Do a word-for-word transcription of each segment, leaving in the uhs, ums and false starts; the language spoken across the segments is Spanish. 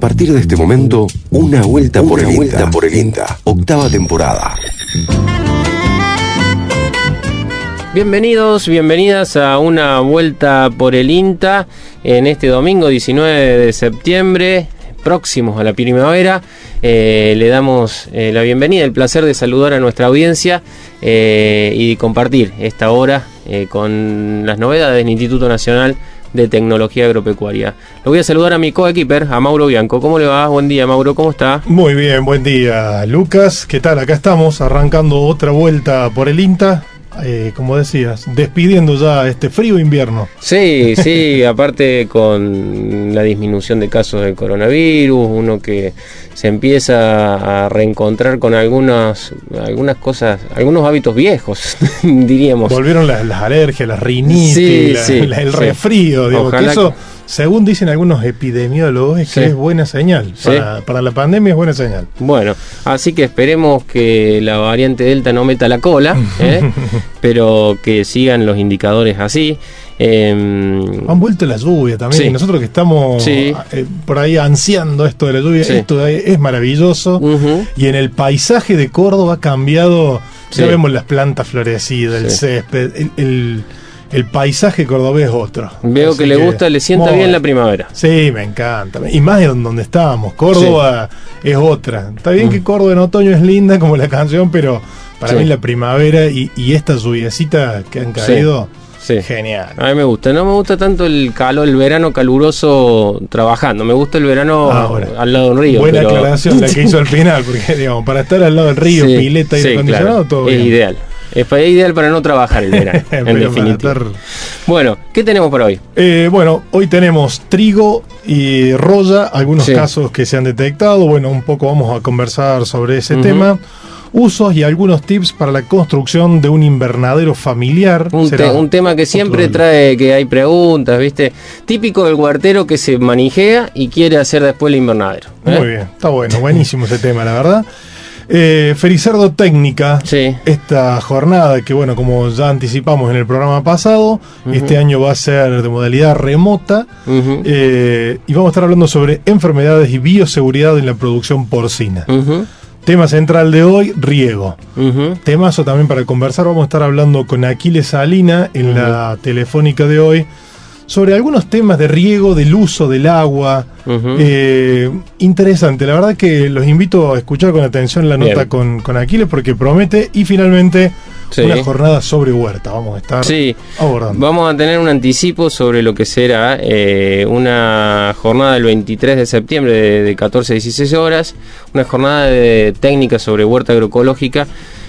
partir de este momento, una vuelta por el INTA, por el INTA, octava temporada. Bienvenidos, bienvenidas a una vuelta por el INTA en este domingo diecinueve de septiembre, próximos a la primavera. Eh, le damos eh, la bienvenida, el placer de saludar a nuestra audiencia eh, y compartir esta hora eh, con las novedades del Instituto Nacional de Tecnología Agropecuaria. Lo voy a saludar a mi coequiper, a Mauro Bianco. ¿Cómo le va? Buen día, Mauro, ¿cómo está? Muy bien, buen día, Lucas. ¿Qué tal? Acá estamos arrancando otra vuelta por el INTA. Eh, como decías, despidiendo ya este frío invierno. Sí, sí, aparte con la disminución de casos del coronavirus, uno que se empieza a reencontrar con algunas algunas cosas, algunos hábitos viejos, diríamos. Volvieron las, las alergias, las rinitis, sí, la, sí, la, el sí. resfrío, digo, Ojalá que eso, que... según dicen algunos epidemiólogos, es que sí. es buena señal. Sí. Para, para la pandemia es buena señal. Bueno, así que esperemos que la variante Delta no meta la cola, ¿eh? pero que sigan los indicadores así. Eh, Han vuelto la lluvia también, sí. y nosotros que estamos sí. eh, por ahí ansiando esto de la lluvia, sí. esto es, es maravilloso. Uh-huh. Y en el paisaje de Córdoba ha cambiado, sí. ya vemos las plantas florecidas, el sí. césped, el, el, el paisaje cordobés es otro. Veo Así que le gusta, le sienta bien la primavera. Sí, me encanta. Y más de donde estábamos, Córdoba sí. es otra. Está bien uh-huh. que Córdoba en otoño es linda como la canción, pero para sí. mí la primavera y, y esta lluviacita que han caído... Sí. Sí. Genial. A mí me gusta. No me gusta tanto el calor, el verano caluroso trabajando. Me gusta el verano Ahora, al lado de un río. Buena pero... aclaración la que hizo al final, porque digamos, para estar al lado del río, sí, pileta y sí, acondicionado, claro. todo es bien. Ideal. Es, es ideal para no trabajar el verano, en definitiva. Estar... Bueno, ¿qué tenemos para hoy? Eh, bueno, hoy tenemos trigo y roya, algunos sí. casos que se han detectado. Bueno, un poco vamos a conversar sobre ese uh-huh. tema. Usos y algunos tips para la construcción de un invernadero familiar. Un, te, un tema que siempre trae que hay preguntas, ¿viste? Típico del huertero que se manijea y quiere hacer después el invernadero. ¿eh? Muy bien, está bueno, buenísimo ese tema, la verdad. Eh, Fericerdo Técnica, sí. esta jornada que, bueno, como ya anticipamos en el programa pasado, uh-huh. este año va a ser de modalidad remota uh-huh. eh, y vamos a estar hablando sobre enfermedades y bioseguridad en la producción porcina. Uh-huh. Tema central de hoy, riego. Uh-huh. Temazo también para conversar. Vamos a estar hablando con Aquiles Salina en uh-huh. la telefónica de hoy sobre algunos temas de riego, del uso del agua. Uh-huh. Eh, interesante. La verdad que los invito a escuchar con atención la nota Bien. con, con Aquiles porque promete. Y finalmente sí. una jornada sobre huerta. Vamos a estar sí. abordando. Vamos a tener un anticipo sobre lo que será eh, una jornada del veintitrés de septiembre de, de catorce a dieciséis horas. Una jornada de técnica sobre huerta agroecológica.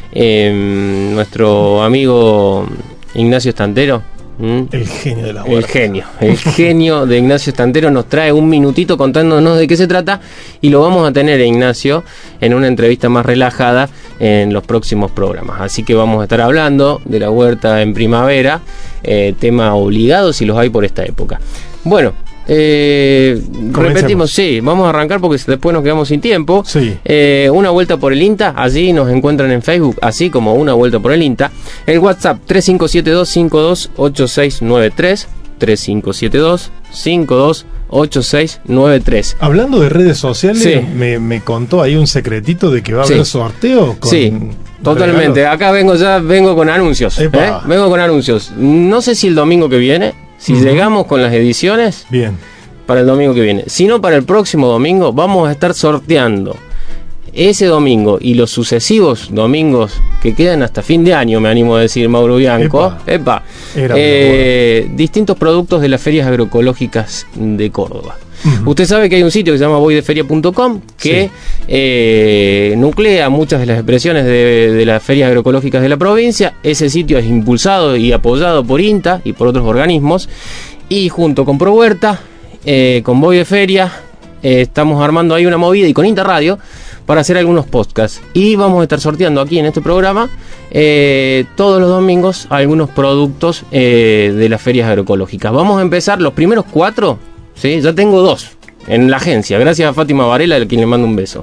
Eh, nuestro amigo Ignacio Estantero. ¿Mm? El genio de la huerta. El genio, el genio de Ignacio Estantero nos trae un minutito contándonos de qué se trata y lo vamos a tener a Ignacio en una entrevista más relajada en los próximos programas. Así que vamos a estar hablando de la huerta en primavera, eh, tema obligado si los hay por esta época. Bueno, eh, repetimos, sí, vamos a arrancar porque después nos quedamos sin tiempo. Sí. Eh, una vuelta por el INTA, allí nos encuentran en Facebook, así como una vuelta por el INTA. El WhatsApp tres cinco siete dos cinco dos ocho seis nueve tres, tres cinco siete dos cinco dos ocho seis nueve tres. Hablando de redes sociales, sí. me, me contó ahí un secretito de que va a sí. haber sorteo con sí. Totalmente, regalos. Acá vengo ya, vengo con anuncios. ¿eh? Vengo con anuncios. No sé si el domingo que viene. Si uh-huh. llegamos con las ediciones, bien, para el domingo que viene. Si no, para el próximo domingo vamos a estar sorteando ese domingo y los sucesivos domingos que quedan hasta fin de año, me animo a decir, Mauro Bianco. Epa. Epa eh, distintos productos de las ferias agroecológicas de Córdoba. Uh-huh. Usted sabe que hay un sitio que se llama voy de feria punto com que sí. eh, nuclea muchas de las expresiones de, de las ferias agroecológicas de la provincia. Ese sitio es impulsado y apoyado por INTA y por otros organismos. Y junto con ProHuerta, eh, con Voy de Feria, eh, estamos armando ahí una movida y con INTA Radio para hacer algunos podcasts. Y vamos a estar sorteando aquí en este programa eh, todos los domingos algunos productos eh, de las ferias agroecológicas. Vamos a empezar los primeros cuatro. Sí, ya tengo dos en la agencia, gracias a Fátima Varela, a quien le mando un beso.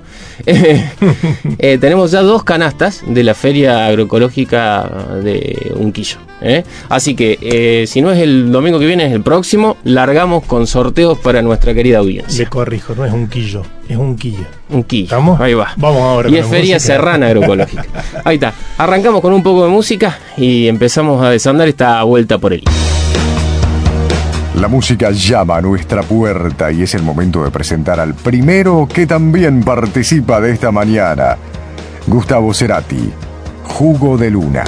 eh, tenemos ya dos canastas de la feria agroecológica de Unquillo. ¿eh? Así que, eh, si no es el domingo que viene, es el próximo, largamos con sorteos para nuestra querida audiencia. Le corrijo, no es un quillo, es un quillo. Un quillo. ¿Estamos? Ahí va. Vamos ahora. Y es Feria Serrana Agroecológica. Ahí está. Arrancamos con un poco de música y empezamos a desandar esta vuelta por el I. La música llama a nuestra puerta y es el momento de presentar al primero que también participa de esta mañana. Gustavo Cerati, Jugo de Luna.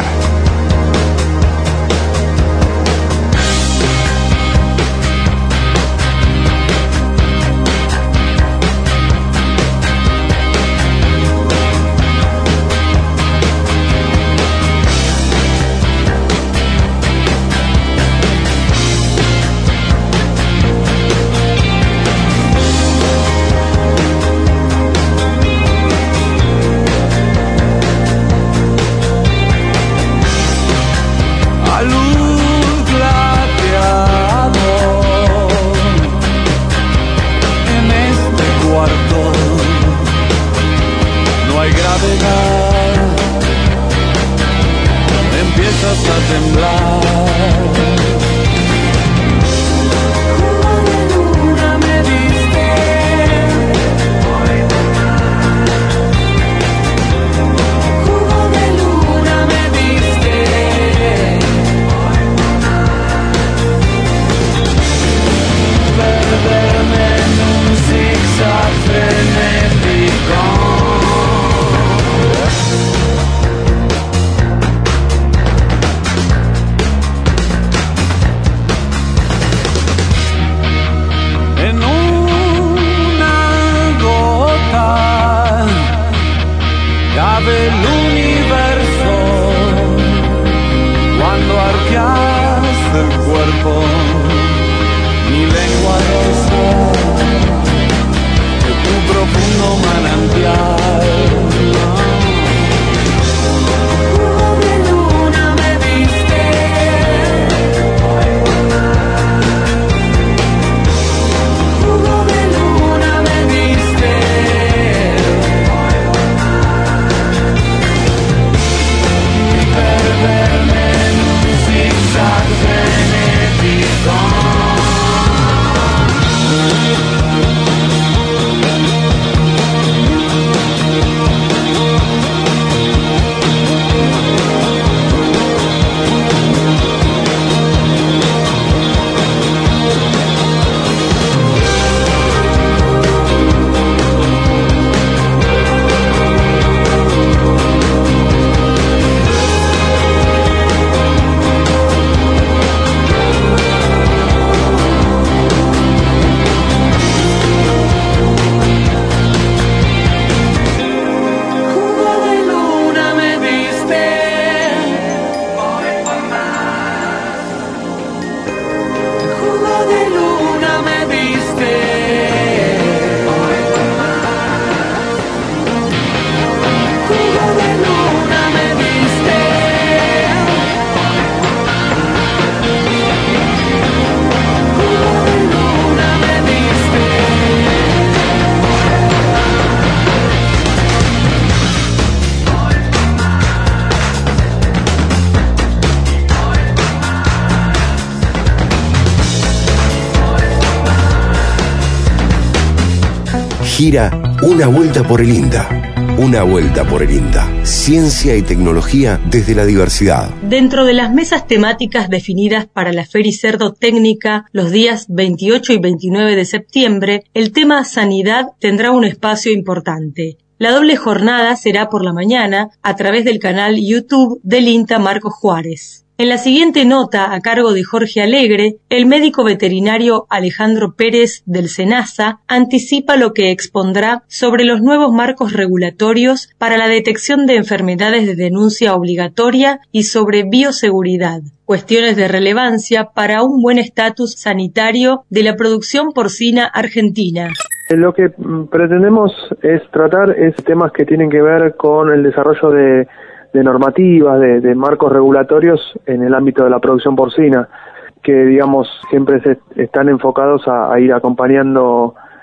Gira Una Vuelta por el INTA. Una Vuelta por el INTA. Ciencia y tecnología desde la diversidad. Dentro de las mesas temáticas definidas para la Fericerdo Técnica los días veintiocho y veintinueve de septiembre, el tema sanidad tendrá un espacio importante. La doble jornada será por la mañana a través del canal YouTube del INTA Marcos Juárez. En la siguiente nota, a cargo de Jorge Alegre, el médico veterinario Alejandro Pérez del SENASA anticipa lo que expondrá sobre los nuevos marcos regulatorios para la detección de enfermedades de denuncia obligatoria y sobre bioseguridad, cuestiones de relevancia para un buen estatus sanitario de la producción porcina argentina. Lo que pretendemos es tratar es temas que tienen que ver con el desarrollo de de normativas, de, de marcos regulatorios en el ámbito de la producción porcina, que digamos siempre se están enfocados a, a ir acompañando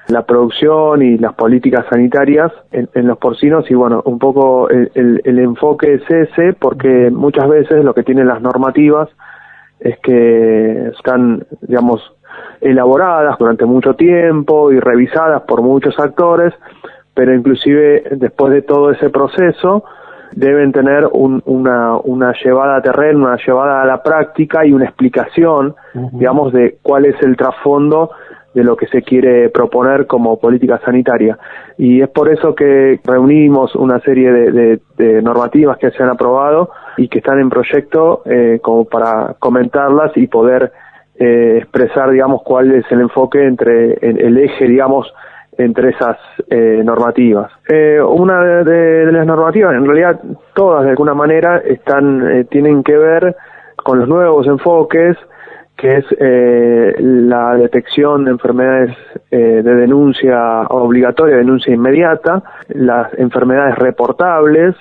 la producción y las políticas sanitarias en, en los porcinos, y bueno, un poco el, el, el enfoque es ese, porque muchas veces lo que tienen las normativas es que están, digamos, elaboradas durante mucho tiempo y revisadas por muchos actores, pero inclusive después de todo ese proceso deben tener un, una, una llevada a terreno, una llevada a la práctica y una explicación, uh-huh. digamos, de cuál es el trasfondo de lo que se quiere proponer como política sanitaria. Y es por eso que reunimos una serie de, de, de normativas que se han aprobado y que están en proyecto eh, como para comentarlas y poder eh, expresar, digamos, cuál es el enfoque entre el, el eje, digamos, entre esas eh, normativas. Eh, una de, de, de las normativas, en realidad todas de alguna manera están eh, tienen que ver con los nuevos enfoques, que es eh, la detección de enfermedades eh, de denuncia obligatoria, denuncia inmediata, las enfermedades reportables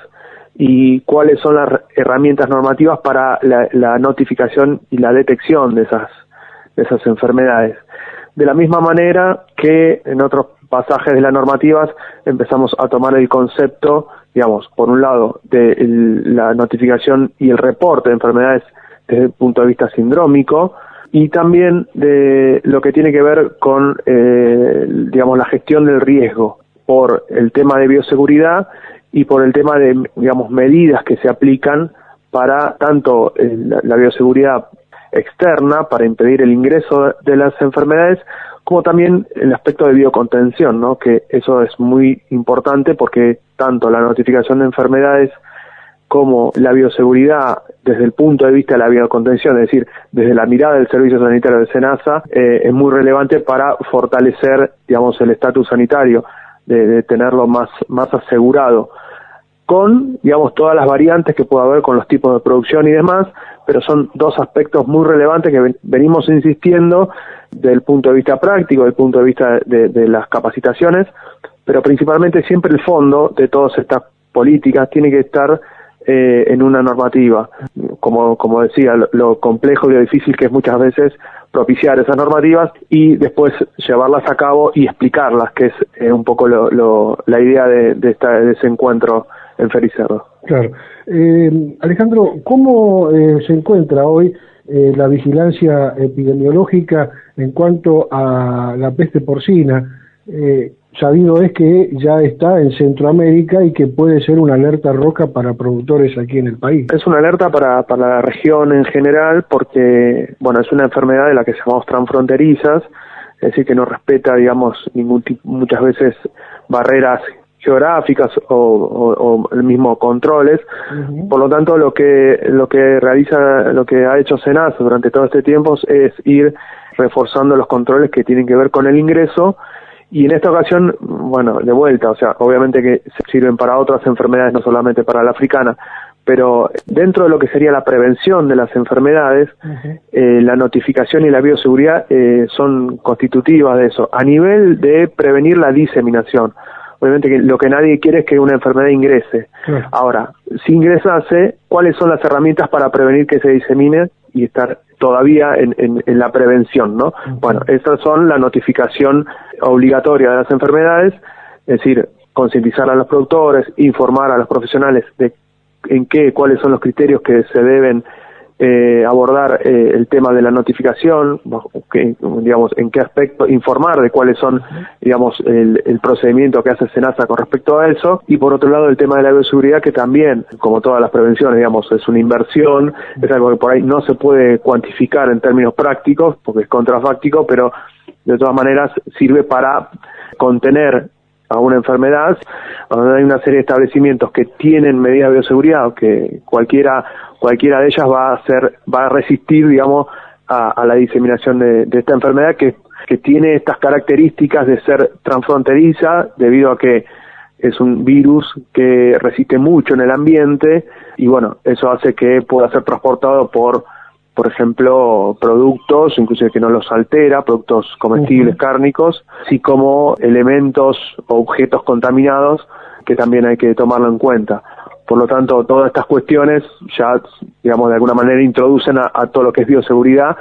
y cuáles son las herramientas normativas para la, la notificación y la detección de esas, de esas enfermedades. De la misma manera que en otros pasajes de las normativas empezamos a tomar el concepto, digamos, por un lado, de el, la notificación y el reporte de enfermedades desde el punto de vista sindrómico, y también de lo que tiene que ver con, eh, digamos, la gestión del riesgo por el tema de bioseguridad y por el tema de, digamos, medidas que se aplican para tanto eh, la, la bioseguridad externa, para impedir el ingreso de las enfermedades, como también el aspecto de biocontención, ¿no? Que eso es muy importante porque tanto la notificación de enfermedades como la bioseguridad desde el punto de vista de la biocontención, es decir, desde la mirada del Servicio Sanitario de SENASA, eh, es muy relevante para fortalecer, digamos, el estatus sanitario, de, de tenerlo más, más asegurado, con, digamos, todas las variantes que pueda haber con los tipos de producción y demás, pero son dos aspectos muy relevantes que ven, venimos insistiendo del punto de vista práctico, del punto de vista de, de las capacitaciones, pero principalmente siempre el fondo de todas estas políticas tiene que estar eh, en una normativa. Como, como decía, lo, lo complejo y lo difícil que es muchas veces propiciar esas normativas y después llevarlas a cabo y explicarlas, que es eh, un poco lo, lo, la idea de, de, esta, de ese encuentro en Fericerdo. Claro. Eh, Alejandro, ¿cómo eh, se encuentra hoy eh, la vigilancia epidemiológica en cuanto a la peste porcina? Eh, sabido es que ya está en Centroamérica y que puede ser una alerta roja para productores aquí en el país. Es una alerta para, para la región en general porque, bueno, es una enfermedad de la que llamamos transfronterizas, es decir, que no respeta, digamos, ningún tipo, muchas veces barreras geográficas o, o, o el mismo controles. Uh-huh. Por lo tanto, lo que lo que realiza, lo que ha hecho SENASA durante todo este tiempo es ir reforzando los controles que tienen que ver con el ingreso. Y en esta ocasión, bueno, de vuelta, o sea, obviamente que sirven para otras enfermedades, no solamente para la africana, pero dentro de lo que sería la prevención de las enfermedades, uh-huh. eh, la notificación y la bioseguridad eh, son constitutivas de eso, a nivel de prevenir la diseminación. Obviamente que lo que nadie quiere es que una enfermedad ingrese. Claro. Ahora, si ingresase, ¿cuáles son las herramientas para prevenir que se disemine y estar todavía en, en, en la prevención, ¿no? Uh-huh. Bueno, estas son la notificación obligatoria de las enfermedades, es decir, concientizar a los productores, informar a los profesionales de en qué, cuáles son los criterios que se deben eh, abordar eh, el tema de la notificación, que, digamos, en qué aspecto, informar de cuáles son, digamos, el, el procedimiento que hace SENASA con respecto a eso, y por otro lado el tema de la bioseguridad, que también, como todas las prevenciones, digamos, es una inversión, es algo que por ahí no se puede cuantificar en términos prácticos, porque es contrafáctico, pero de todas maneras sirve para contener a una enfermedad. Donde hay una serie de establecimientos que tienen medidas de bioseguridad, que cualquiera cualquiera de ellas va a ser va a resistir, digamos, a, a la diseminación de, de esta enfermedad que, que tiene estas características de ser transfronteriza, debido a que es un virus que resiste mucho en el ambiente y bueno, eso hace que pueda ser transportado por por ejemplo, productos, inclusive que no los altera, productos comestibles, uh-huh. cárnicos, así como elementos o objetos contaminados que también hay que tomarlo en cuenta. Por lo tanto, todas estas cuestiones ya, digamos, de alguna manera introducen a, a todo lo que es bioseguridad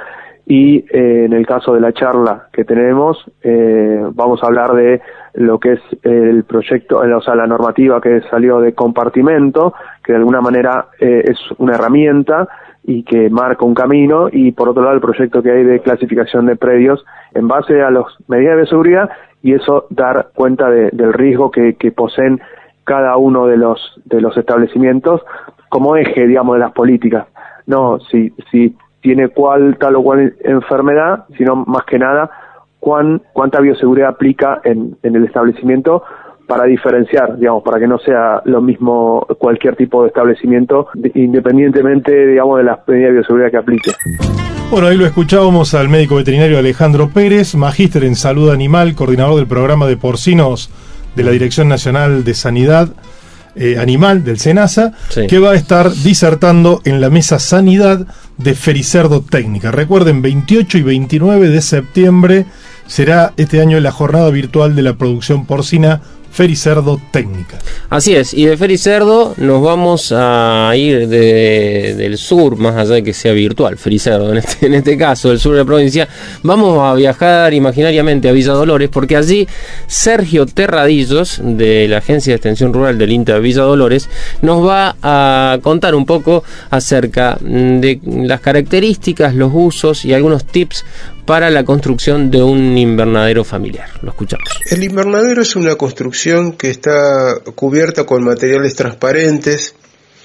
y eh, en el caso de la charla que tenemos, eh, vamos a hablar de lo que es el proyecto, o sea, la normativa que salió de compartimento, que de alguna manera eh, es una herramienta y que marca un camino, y por otro lado el proyecto que hay de clasificación de predios en base a las medidas de bioseguridad, y eso dar cuenta de, del riesgo que, que poseen cada uno de los de los establecimientos como eje, digamos, de las políticas. No si si tiene cual tal o cual enfermedad, sino más que nada cuán cuánta bioseguridad aplica en, en el establecimiento, para diferenciar, digamos, para que no sea lo mismo cualquier tipo de establecimiento, independientemente, digamos, de las medidas de bioseguridad que aplique. Bueno, ahí lo escuchábamos al médico veterinario Alejandro Pérez, magíster en salud animal, coordinador del programa de porcinos de la Dirección Nacional de Sanidad eh, Animal del SENASA, sí, que va a estar disertando en la mesa Sanidad de Fericerdo Técnica. Recuerden, veintiocho y veintinueve de septiembre será este año la jornada virtual de la producción porcina Fericerdo Técnica. Así es, y de Fericerdo nos vamos a ir de, del sur, más allá de que sea virtual, Fericerdo en este, en este caso, del sur de la provincia, vamos a viajar imaginariamente a Villa Dolores, porque allí Sergio Terradillos, de la Agencia de Extensión Rural del INTA de Villa Dolores, nos va a contar un poco acerca de las características, los usos y algunos tips para la construcción de un invernadero familiar. Lo escuchamos. El invernadero es una construcción que está cubierta con materiales transparentes.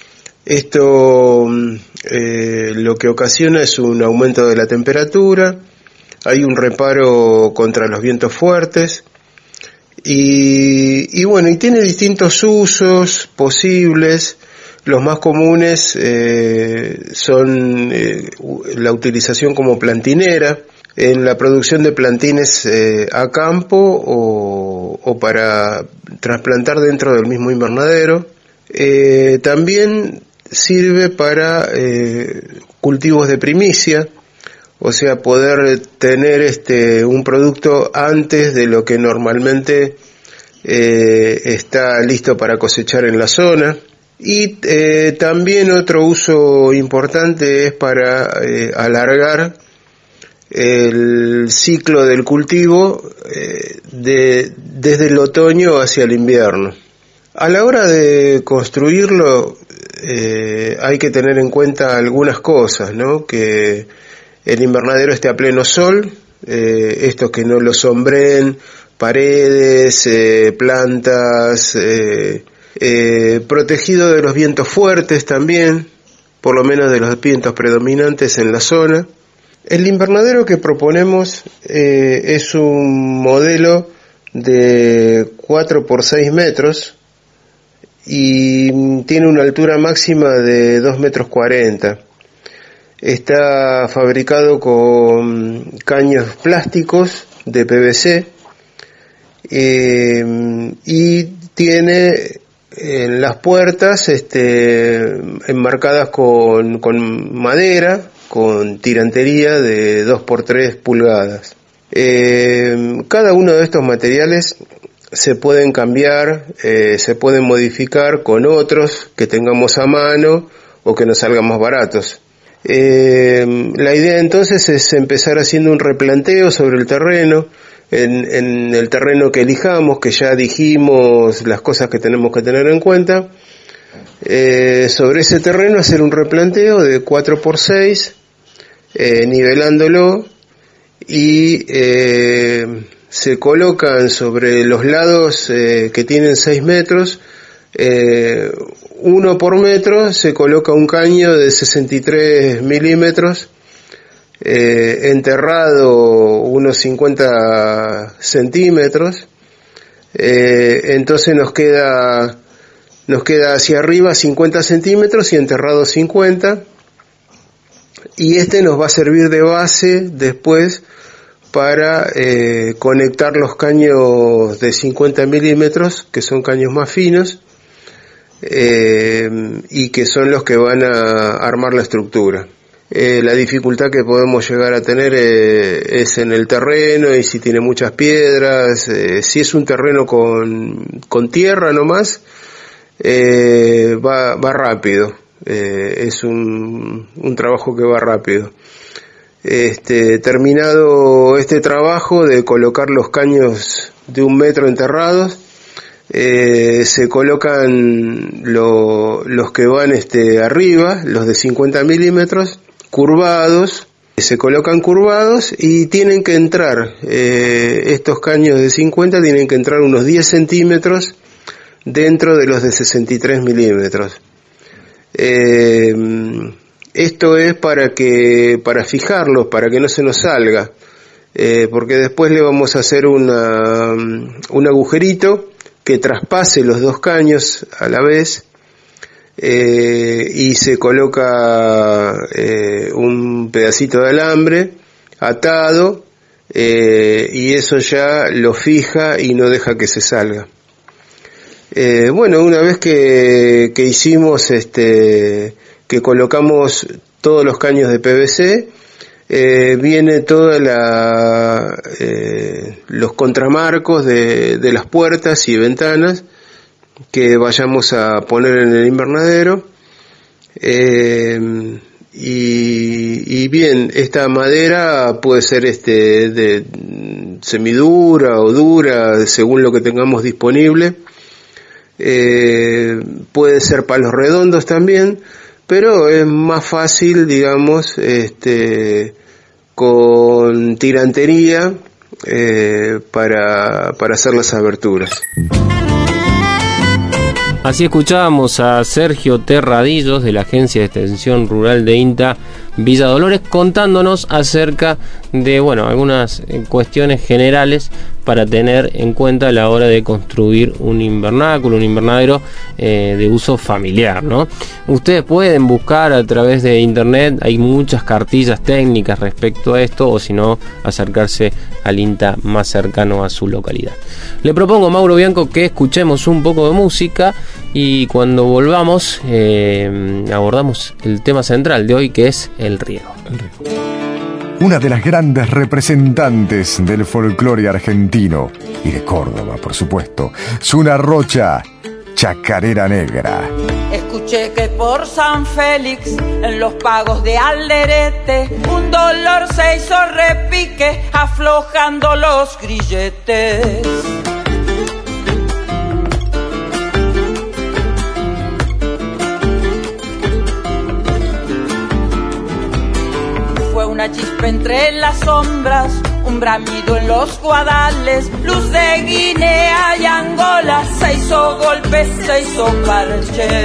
Esto eh, lo que ocasiona es un aumento de la temperatura, hay un reparo contra los vientos fuertes y, y bueno, y tiene distintos usos posibles. Los más comunes eh, son eh, la utilización como plantinera, en la producción de plantines eh, a campo o, o para trasplantar dentro del mismo invernadero. Eh, también sirve para eh, cultivos de primicia, o sea, poder tener este un producto antes de lo que normalmente eh, está listo para cosechar en la zona. Y eh, también otro uso importante es para eh, alargar el ciclo del cultivo eh, de, desde el otoño hacia el invierno. A la hora de construirlo eh, hay que tener en cuenta algunas cosas, ¿no? Que el invernadero esté a pleno sol, eh, esto que no lo sombreen paredes, eh, plantas, eh, eh, protegido de los vientos fuertes también, por lo menos de los vientos predominantes en la zona. El invernadero que proponemos eh, es un modelo de cuatro por seis metros y tiene una altura máxima de dos metros cuarenta. Está fabricado con caños plásticos de P V C eh, y tiene en las puertas este, enmarcadas con, con madera, con tirantería de dos por tres pulgadas. Eh, cada uno de estos materiales se pueden cambiar, eh, se pueden modificar con otros que tengamos a mano o que nos salgan más baratos. Eh, la idea entonces es empezar haciendo un replanteo sobre el terreno, en, en el terreno que elijamos, que ya dijimos las cosas que tenemos que tener en cuenta. Eh, sobre ese terreno hacer un replanteo de cuatro por seis, eh, nivelándolo, y eh, se colocan sobre los lados eh, que tienen seis metros, eh, uno por metro se coloca un caño de sesenta y tres milímetros, eh, enterrado unos cincuenta centímetros, eh, entonces nos queda nos queda hacia arriba cincuenta centímetros y enterrado cincuenta, y este nos va a servir de base después para eh, conectar los caños de cincuenta milímetros, que son caños más finos, eh, y que son los que van a armar la estructura. Eh, la dificultad que podemos llegar a tener eh, es en el terreno, y si tiene muchas piedras, eh, si es un terreno con, con tierra nomás, eh, va, va rápido, eh, es un, un trabajo que va rápido. Este, terminado este trabajo de colocar los caños de un metro enterrados, eh, se colocan lo, los que van este, arriba, los de cincuenta milímetros, curvados, se colocan curvados y tienen que entrar, eh, estos caños de cincuenta tienen que entrar unos diez centímetros dentro de los de sesenta y tres milímetros. Eh, esto es para que, para fijarlos, para que no se nos salga, eh, porque después le vamos a hacer una, un agujerito que traspase los dos caños a la vez, eh, y se coloca eh, un pedacito de alambre atado, eh, y eso ya lo fija y no deja que se salga. Eh, bueno, una vez que, que hicimos este, que colocamos todos los caños de P V C, eh, viene toda la, eh, los contramarcos de, de las puertas y ventanas que vayamos a poner en el invernadero, eh, y, y bien, esta madera puede ser este de semidura o dura según lo que tengamos disponible, eh, puede ser palos redondos también, pero es más fácil, digamos, este, con tirantería, eh, para, para hacer las aberturas. Así escuchábamos a Sergio Terradillos de la Agencia de Extensión Rural de INTA Villa Dolores contándonos acerca de, bueno, algunas cuestiones generales para tener en cuenta a la hora de construir un invernáculo, un invernadero eh, de uso familiar, ¿no? Ustedes pueden buscar a través de internet, hay muchas cartillas técnicas respecto a esto, o si no, acercarse al INTA más cercano a su localidad. Le propongo, Mauro Bianco, que escuchemos un poco de música y cuando volvamos eh, abordamos el tema central de hoy, que es el riego. El riego. Una de las grandes representantes del folclore argentino y de Córdoba, por supuesto, Zuna Rocha, Chacarera Negra. Escuché que por San Félix, en los pagos de Alderete, un dolor se hizo repique, aflojando los grilletes. Fue una chispa entre las sombras, un bramido en los guadales, luz de Guinea y Angola, se hizo golpe, se hizo parche.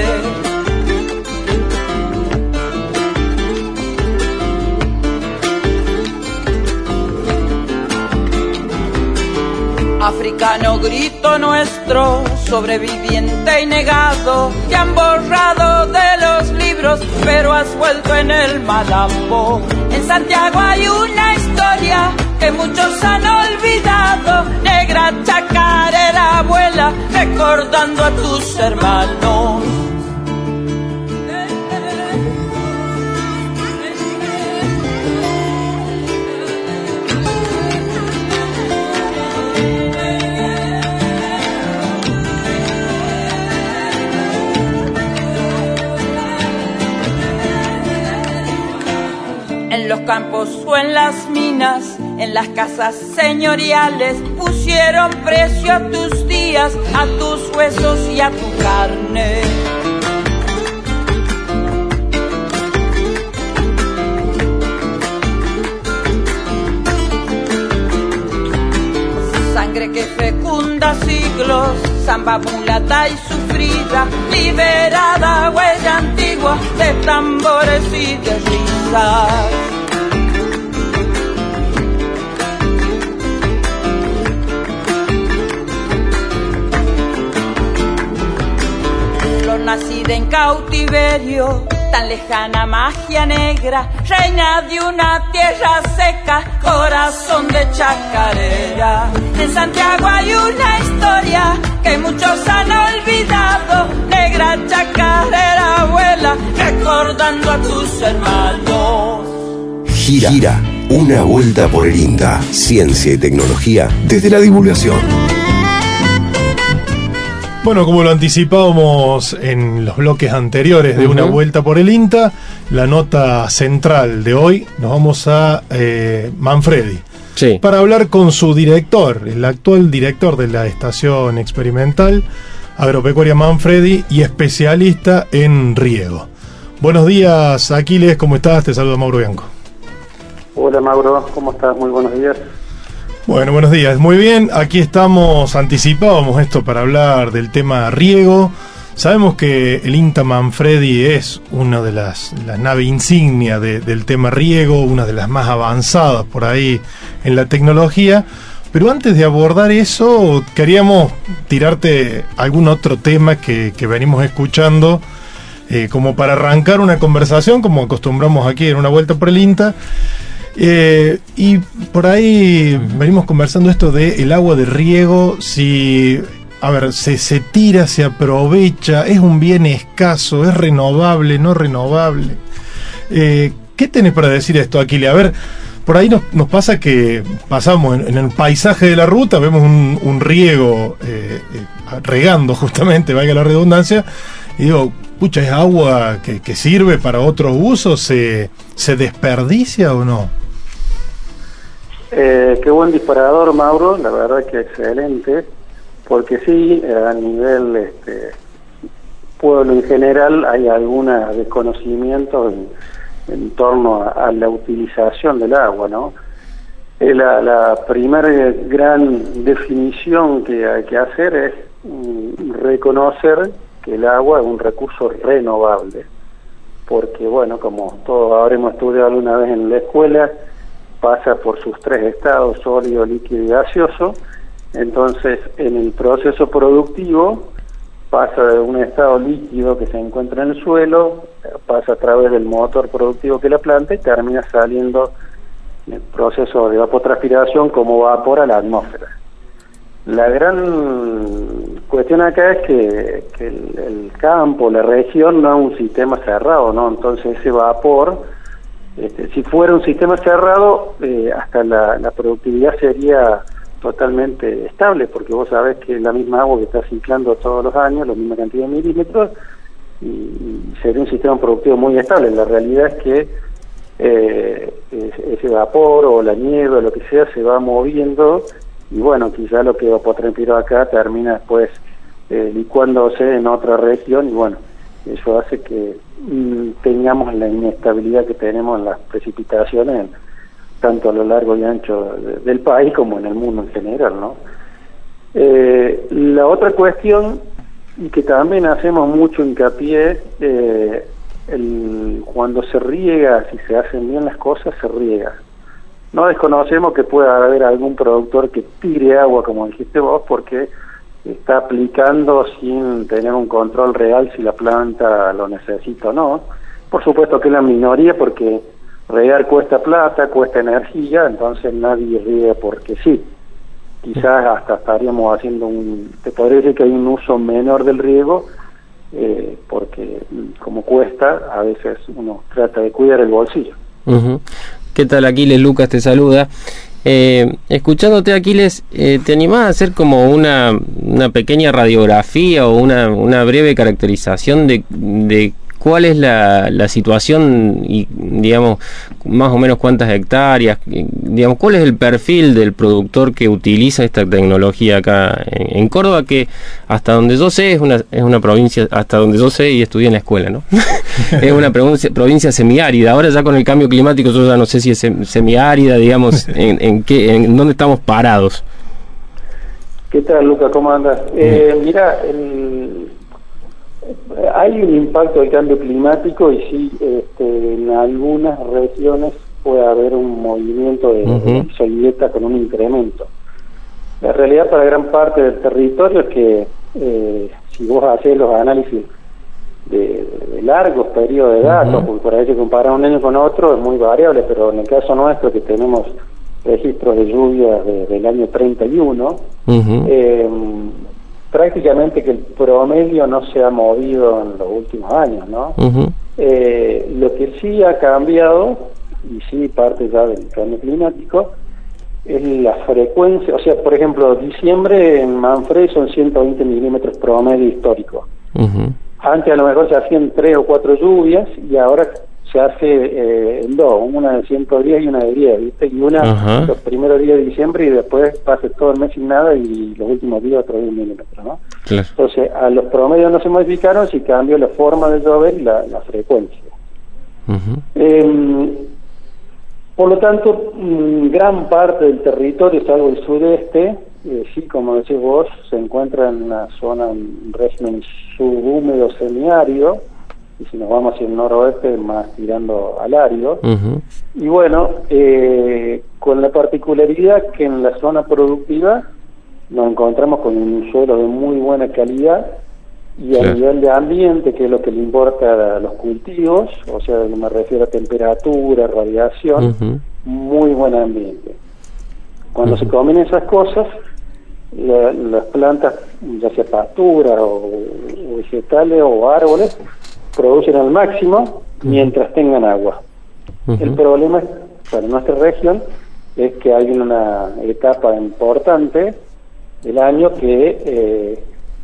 Africano grito nuestro, sobreviviente y negado, te han borrado de los libros, pero has vuelto en el malambo. En Santiago hay una historia que muchos han olvidado, negra chacarera abuela, recordando a tus hermanos. En los campos o en las minas, en las casas señoriales, pusieron precio a tus días, a tus huesos y a tu carne. Sangre que fecunda siglos, samba mulata y sufrida, liberada, huella antigua de tambores y de risas. Flor nacida en cautiverio, tan lejana magia negra, reina de una tierra seca, corazón de chacarera. En Santiago hay una historia que muchos han olvidado, negra chacarera abuela, recordando a tus hermanos. Gira, Gira, una vuelta por el INTA. Ciencia y tecnología desde la divulgación. Bueno, como lo anticipábamos en los bloques anteriores de uh-huh. Una Vuelta por el INTA, la nota central de hoy nos vamos a eh, Manfredi. Sí. Para hablar con su director, el actual director de la Estación Experimental Agropecuaria Manfredi y especialista en riego. Buenos días, Aquiles, ¿cómo estás? Te saluda Mauro Bianco. Hola Mauro, ¿cómo estás? Muy buenos días. Bueno, buenos días. Muy bien, aquí estamos, anticipábamos esto para hablar del tema riego. Sabemos que el INTA Manfredi es una de las, las naves insignia de, del tema riego, una de las más avanzadas por ahí en la tecnología. Pero antes de abordar eso, queríamos tirarte algún otro tema que, que venimos escuchando, eh, como para arrancar una conversación, como acostumbramos aquí en Una Vuelta por el INTA. Eh, y por ahí venimos conversando esto de el agua de riego, si, a ver, se, se tira, se aprovecha, es un bien escaso, es renovable, no renovable. Eh, ¿Qué tenés para decir esto, Aquile? A ver, por ahí nos, nos pasa que pasamos en, en el paisaje de la ruta, vemos un, un riego eh, eh, regando justamente, valga la redundancia, y digo, pucha, ¿es agua que, que sirve para otros usos? ¿Se, se desperdicia o no? Eh, qué buen disparador, Mauro, la verdad que excelente, porque sí, a nivel este, pueblo en general hay algún desconocimiento en, en torno a, a la utilización del agua, ¿no? Eh, la, la primera gran definición que hay que hacer es mm, reconocer que el agua es un recurso renovable, porque bueno, como todos habremos estudiado alguna vez en la escuela, pasa por sus tres estados, sólido, líquido y gaseoso. Entonces, en el proceso productivo, pasa de un estado líquido que se encuentra en el suelo, pasa a través del motor productivo que la planta y termina saliendo en el proceso de evapotranspiración como vapor a la atmósfera. La gran cuestión acá es que, que el, el campo, la región, no es un sistema cerrado, ¿no? Entonces ese vapor, este, si fuera un sistema cerrado, eh, hasta la, la productividad sería totalmente estable, porque vos sabés que es la misma agua que está ciclando todos los años, la misma cantidad de milímetros, y, y sería un sistema productivo muy estable. La realidad es que eh, ese vapor o la nieve o lo que sea se va moviendo, y bueno, quizá lo que evapotranspiró acá termina después eh, licuándose en otra región, y bueno, eso hace que mm, tengamos la inestabilidad que tenemos en las precipitaciones, en, tanto a lo largo y ancho de, del país como en el mundo en general, ¿no? Eh, la otra cuestión, y que también hacemos mucho hincapié, eh, el, cuando se riega, si se hacen bien las cosas, se riega. No desconocemos que pueda haber algún productor que tire agua, como dijiste vos, porque está aplicando sin tener un control real si la planta lo necesita o no. Por supuesto que es la minoría, porque regar cuesta plata, cuesta energía, entonces nadie riega porque sí. Quizás hasta estaríamos haciendo un... Te podría decir que hay un uso menor del riego, eh, porque como cuesta, a veces uno trata de cuidar el bolsillo. Uh-huh. ¿Qué tal, Aquiles? Lucas te saluda. Eh, escuchándote, Aquiles, eh, ¿te animás a hacer como una, una pequeña radiografía o una, una breve caracterización de, de cuál es la, la situación y, digamos, más o menos cuántas hectáreas, digamos, cuál es el perfil del productor que utiliza esta tecnología acá en, en Córdoba, que hasta donde yo sé es una, es una provincia, hasta donde yo sé y estudié en la escuela, ¿no? Es una provincia, provincia semiárida. Ahora ya con el cambio climático yo ya no sé si es semiárida, digamos, en, en qué, en dónde estamos parados. ¿Qué tal, Luca? ¿Cómo andas? Eh, mira, el... hay un impacto del cambio climático y sí, este, en algunas regiones puede haber un movimiento de, uh-huh. de solidez con un incremento. La realidad para gran parte del territorio es que eh, si vos haces los análisis de, de largos periodos de datos, uh-huh. porque por ahí se compara un año con otro es muy variable, pero en el caso nuestro que tenemos registros de lluvias de, del año treinta y uno, uh-huh. eh, prácticamente que el promedio no se ha movido en los últimos años, ¿no? Uh-huh. Eh, lo que sí ha cambiado, y sí parte ya del cambio climático, es la frecuencia, o sea, por ejemplo, diciembre en Manfredi son ciento veinte milímetros promedio histórico. Uh-huh. Antes a lo mejor se hacían tres o cuatro lluvias y ahora se hace eh, en dos, una de ciento diez y una de diez, ¿viste? Y una uh-huh. los primeros días de diciembre y después pasa todo el mes sin nada y los últimos días otros diez milímetros, ¿no? Claro. Entonces, a los promedios no se modificaron, si cambió la forma de llover y la, la frecuencia. Uh-huh. Eh, por lo tanto, gran parte del territorio, salvo el sudeste, eh, sí, como decís vos, se encuentra en una zona, un régimen subhúmedo semiárido, y si nos vamos hacia el noroeste, más tirando al árido. Uh-huh. Y bueno, eh, con la particularidad que en la zona productiva nos encontramos con un suelo de muy buena calidad, y a sí. nivel de ambiente, que es lo que le importa a los cultivos, o sea, me refiero a temperatura, radiación, uh-huh. muy buen ambiente. Cuando uh-huh. se comen esas cosas, la, las plantas, ya sea pastura o, o vegetales o árboles, producen al máximo uh-huh. mientras tengan agua. Uh-huh. El problema para nuestra región es que hay una etapa importante del año que eh,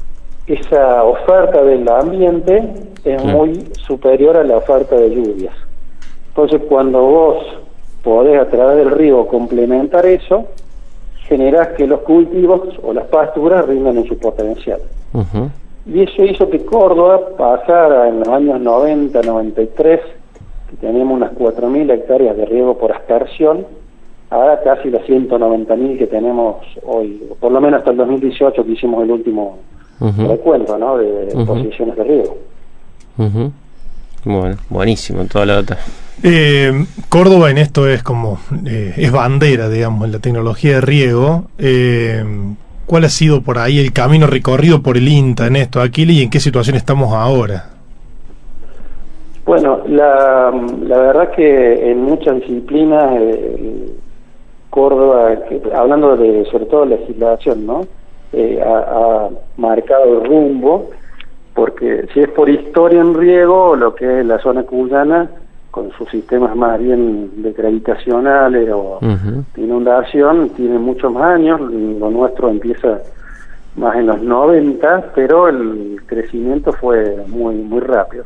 esa oferta del ambiente es muy superior a la oferta de lluvias. Entonces, cuando vos podés a través del río complementar eso, generás que los cultivos o las pasturas rindan en su potencial. Uh-huh. Y eso hizo que Córdoba pasara en los años noventa, noventa y tres, que teníamos unas cuatro mil hectáreas de riego por aspersión, ahora casi las ciento noventa mil que tenemos hoy, por lo menos hasta el dos mil dieciocho, que hicimos el último Uh-huh. recuento, ¿no? De uh-huh. posiciones de riego. Uh-huh. Bueno, buenísimo toda la data. Eh, Córdoba en esto es como eh, es bandera, digamos, en la tecnología de riego. Eh, ¿Cuál ha sido por ahí el camino recorrido por el INTA en esto, Aquile, y en qué situación estamos ahora? Bueno, la, la verdad que en muchas disciplinas eh, Córdoba, que, hablando de sobre todo legislación, ¿no? Eh, ha, ha marcado el rumbo, porque si es por historia en riego, lo que es la zona cuyana, con sus sistemas más bien de gravitacionales o uh-huh. de inundación, tiene muchos más años. Lo nuestro empieza más en los noventa, pero el crecimiento fue muy muy rápido.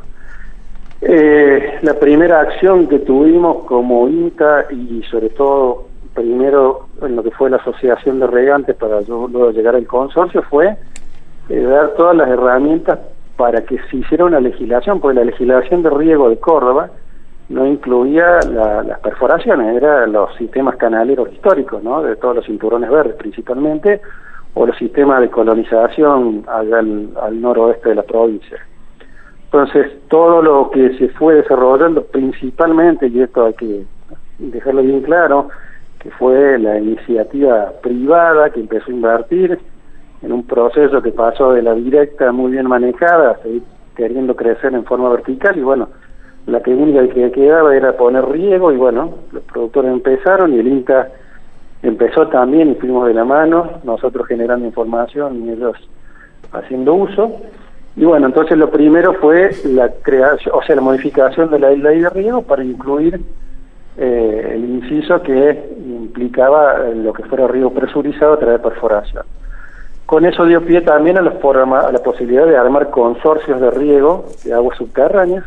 Eh, la primera acción que tuvimos como INTA, y sobre todo primero en lo que fue la asociación de regantes para luego llegar al consorcio, fue eh, dar todas las herramientas para que se hiciera una legislación, porque la legislación de riego de Córdoba no incluía la, las perforaciones, eran los sistemas canaleros históricos, ¿no? De todos los cinturones verdes principalmente, o los sistemas de colonización allá al, al noroeste de la provincia. Entonces, todo lo que se fue desarrollando principalmente, y esto hay que dejarlo bien claro, que fue la iniciativa privada que empezó a invertir en un proceso que pasó de la directa muy bien manejada a seguir queriendo crecer en forma vertical, y bueno, la que única que quedaba era poner riego, y bueno, los productores empezaron y el INTA empezó también, y fuimos de la mano, nosotros generando información y ellos haciendo uso. Y bueno, entonces lo primero fue la creación, o sea, la modificación de la ley de riego para incluir eh, el inciso que implicaba lo que fuera riego presurizado a través de perforación. Con eso dio pie también a, los a la posibilidad de armar consorcios de riego de aguas subterráneas,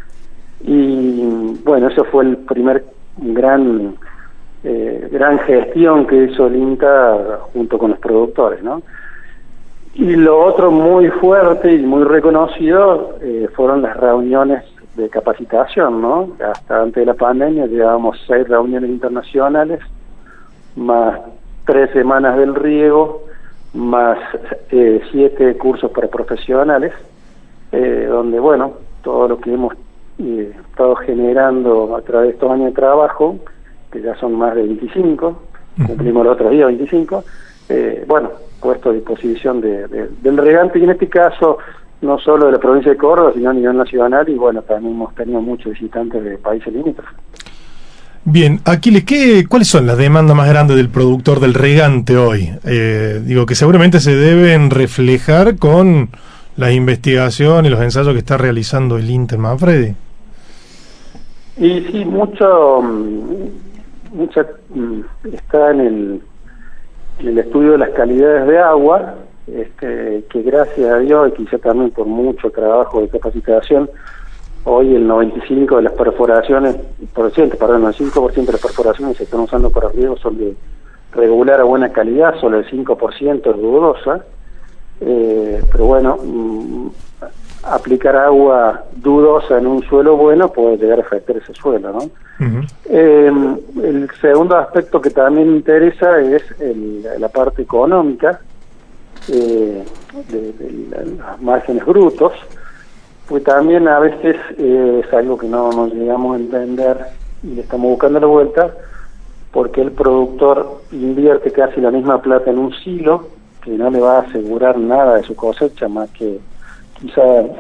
y bueno, eso fue el primer gran eh, gran gestión que hizo el INTA junto con los productores, ¿no? Y lo otro muy fuerte y muy reconocido eh, fueron las reuniones de capacitación, ¿no? Hasta antes de la pandemia llevábamos seis reuniones internacionales, más tres semanas del riego, más eh, siete cursos para profesionales, eh, donde, bueno, todo lo que hemos eh, estado generando a través de estos años de trabajo, que ya son más de veinticinco, cumplimos el otro día veinticinco, eh, bueno, puesto a disposición de, de, del regante, y en este caso no solo de la provincia de Córdoba, sino a nivel nacional, y bueno, también hemos tenido muchos visitantes de países limítrofes. Bien, Aquiles, ¿qué, ¿cuáles son las demandas más grandes del productor del regante hoy? Eh, digo, que seguramente se deben reflejar con la investigación y los ensayos que está realizando el INTA en Manfredi. Y sí, mucho, mucha está en el, en el estudio de las calidades de agua, este, que gracias a Dios, y quizá también por mucho trabajo de capacitación, hoy el noventa y cinco por ciento de las perforaciones, por ciento, perdón, el noventa y cinco por ciento de las perforaciones que se están usando para riego son de regular a buena calidad, solo el cinco por ciento es dudosa, eh, pero bueno, mmm, aplicar agua dudosa en un suelo bueno puede llegar a afectar ese suelo, ¿no? Uh-huh. Eh, el segundo aspecto que también interesa es el, la parte económica, eh, de, de los márgenes brutos, pues también a veces eh, es algo que no nos llegamos a entender y le estamos buscando la vuelta, porque el productor invierte casi la misma plata en un silo que no le va a asegurar nada de su cosecha, más que quizá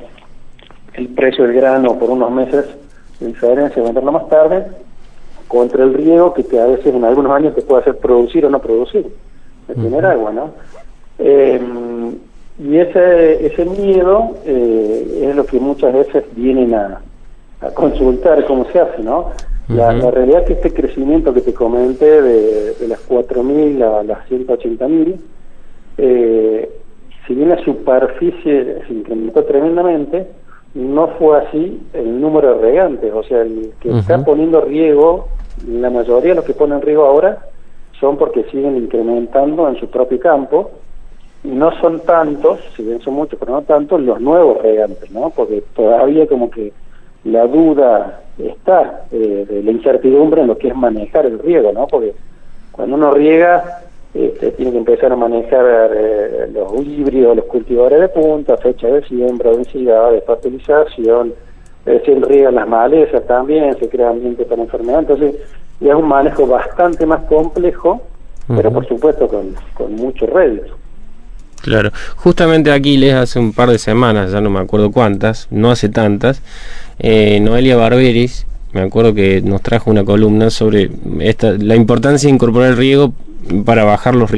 el precio del grano por unos meses de diferencia, venderlo más tarde, contra el riego que te, a veces en algunos años te puede hacer producir o no producir, de tener uh-huh. agua, ¿no? Eh, y ese ese miedo eh, es lo que muchas veces vienen a, a consultar cómo se hace, ¿no? La, uh-huh. la realidad es que este crecimiento que te comenté de, de las cuatro mil a las ciento ochenta mil, eh, si bien la superficie se incrementó tremendamente, no fue así el número de regantes. O sea, el que uh-huh. está poniendo riego, la mayoría de los que ponen riego ahora son porque siguen incrementando en su propio campo, y no son tantos, si bien son muchos, pero no tantos los nuevos regantes, ¿no? Porque todavía como que la duda está eh, de la incertidumbre en lo que es manejar el riego, ¿no? Porque cuando uno riega, este, tiene que empezar a manejar eh, los híbridos, los cultivadores de punta, fecha de siembra, densidad, de fertilización, eh, se riegan las malezas también, se crea ambiente para enfermedad, entonces ya es un manejo bastante más complejo, uh-huh. pero por supuesto con, con mucho rédito. Claro, justamente Aquiles hace un par de semanas, ya no me acuerdo cuántas, no hace tantas, eh, Noelia Barberis, me acuerdo que nos trajo una columna sobre esta, la importancia de incorporar el riego para bajar los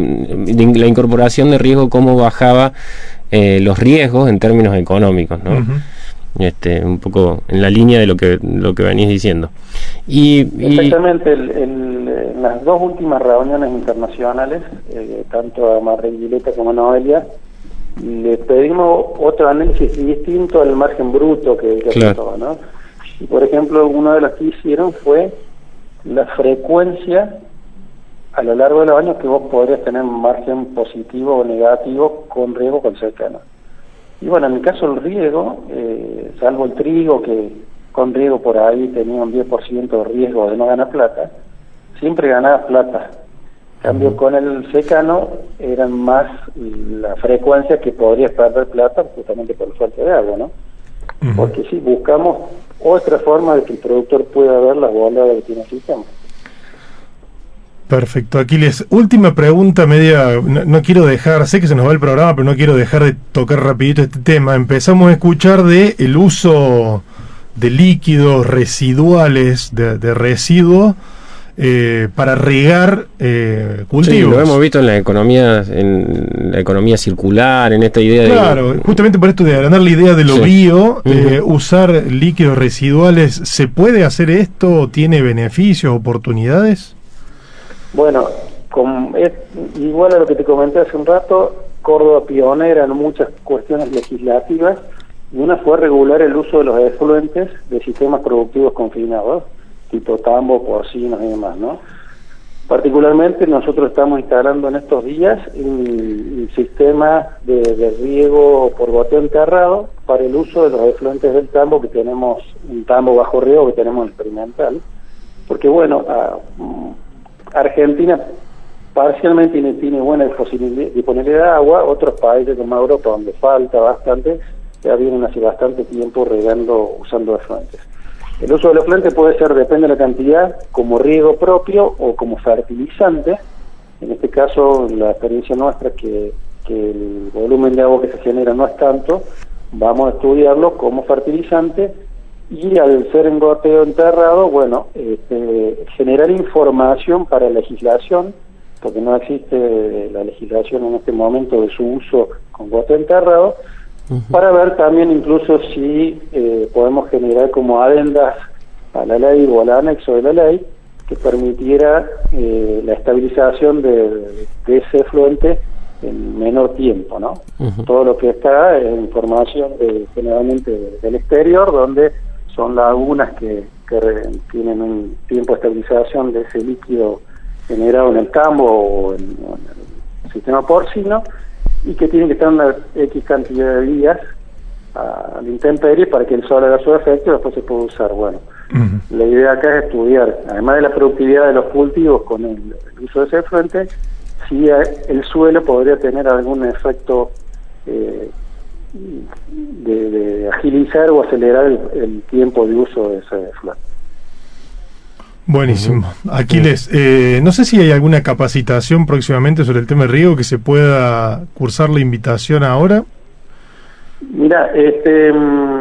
la incorporación de riesgo, cómo bajaba eh, los riesgos en términos económicos, ¿no? Uh-huh. Este, un poco en la línea de lo que lo que venís diciendo. Y, y exactamente, el, el, en las dos últimas reuniones internacionales, eh, tanto a Marguileta como a Noelia, le pedimos otro análisis distinto al margen bruto que, que claro. Todo, ¿no? Y por ejemplo, una de las que hicieron fue la frecuencia a lo largo de los años que vos podrías tener margen positivo o negativo con riego con secano. Y bueno, en el caso del riego, eh, salvo el trigo, que con riego por ahí tenía un diez por ciento de riesgo de no ganar plata, siempre ganaba plata. En cambio, uh-huh. con el secano eran más la frecuencia que podrías perder plata justamente por la falta de agua, ¿no? Uh-huh. Porque sí, buscamos otra forma de que el productor pueda ver las bondades que tiene el sistema. Perfecto, Aquiles. Última pregunta media, no, no quiero dejar, sé que se nos va el programa, pero no quiero dejar de tocar rapidito este tema. Empezamos a escuchar de el uso de líquidos residuales, de, de residuos, eh, para regar eh, cultivos. Sí, lo hemos visto en la economía, en la economía circular, en esta idea claro, de... Claro, justamente por esto de agrandar la idea de lo sí. bio, uh-huh. eh, usar líquidos residuales, ¿se puede hacer esto? ¿Tiene beneficios, oportunidades? Bueno, con, es igual a lo que te comenté hace un rato, Córdoba pionera en muchas cuestiones legislativas, y una fue regular el uso de los efluentes de sistemas productivos confinados, tipo tambo, porcinos y demás, ¿no? Particularmente nosotros estamos instalando en estos días un, un sistema de, de riego por goteo enterrado para el uso de los efluentes del tambo, que tenemos un tambo bajo riego que tenemos experimental, porque bueno, a, Argentina parcialmente tiene, tiene buena disponibilidad de agua, otros países como Europa, donde falta bastante, ya vienen hace bastante tiempo regando, usando efluentes. El uso del efluente puede ser, depende de la cantidad, como riego propio o como fertilizante. En este caso, la experiencia nuestra que, que el volumen de agua que se genera no es tanto, vamos a estudiarlo como fertilizante. Y al ser en goteo enterrado, bueno, este, generar información para la legislación, porque no existe la legislación en este momento de su uso con goteo enterrado, uh-huh. para ver también incluso si eh, podemos generar como adendas a la ley o al anexo de la ley, que permitiera eh, la estabilización de, de ese efluente en menor tiempo, ¿no? Uh-huh. Todo lo que está es información de, generalmente del exterior, donde son lagunas que, que re, tienen un tiempo de estabilización de ese líquido generado en el campo o en, o en el sistema porcino, y que tienen que estar una X cantidad de días a la intemperie para que el sol haga su efecto y después se pueda usar. Bueno, uh-huh. La idea acá es estudiar, además de la productividad de los cultivos con el, el uso de ese efluente, si el suelo podría tener algún efecto eh, de, de agilizar o acelerar el, el tiempo de uso de ese efluente. Buenísimo. Aquiles, eh, no sé si hay alguna capacitación próximamente sobre el tema del riego que se pueda cursar la invitación ahora. Mira, este,